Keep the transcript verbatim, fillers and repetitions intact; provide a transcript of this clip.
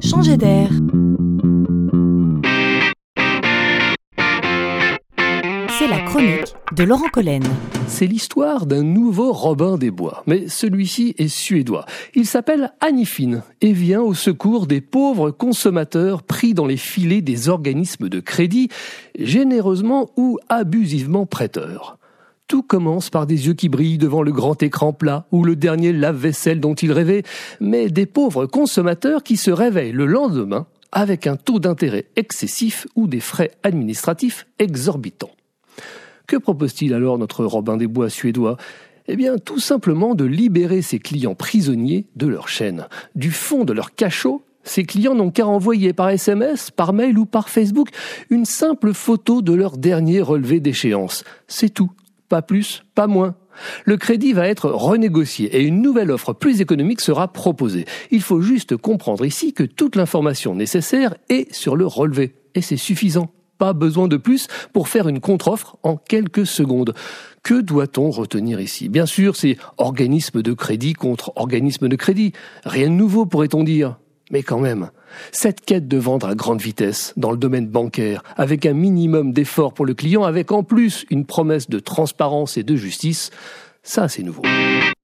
Changer d'air. C'est la chronique de Laurent Collen. C'est l'histoire d'un nouveau Robin des Bois, mais celui-ci est suédois. Il s'appelle Anyfin et vient au secours des pauvres consommateurs pris dans les filets des organismes de crédit, généreusement ou abusivement prêteurs. Tout commence par des yeux qui brillent devant le grand écran plat ou le dernier lave-vaisselle dont ils rêvaient, mais des pauvres consommateurs qui se réveillent le lendemain avec un taux d'intérêt excessif ou des frais administratifs exorbitants. Que propose-t-il alors notre Robin des Bois suédois ? Eh bien, tout simplement de libérer ses clients prisonniers de leur chaîne. Du fond de leur cachot, ces clients n'ont qu'à envoyer par S M S, par mail ou par Facebook une simple photo de leur dernier relevé d'échéance. C'est tout. Pas plus, pas moins. Le crédit va être renégocié et une nouvelle offre plus économique sera proposée. Il faut juste comprendre ici que toute l'information nécessaire est sur le relevé. Et c'est suffisant. Pas besoin de plus pour faire une contre-offre en quelques secondes. Que doit-on retenir ici ? Bien sûr, c'est organisme de crédit contre organisme de crédit. Rien de nouveau, pourrait-on dire. Mais quand même, cette quête de vendre à grande vitesse dans le domaine bancaire, avec un minimum d'effort pour le client, avec en plus une promesse de transparence et de justice, ça c'est nouveau.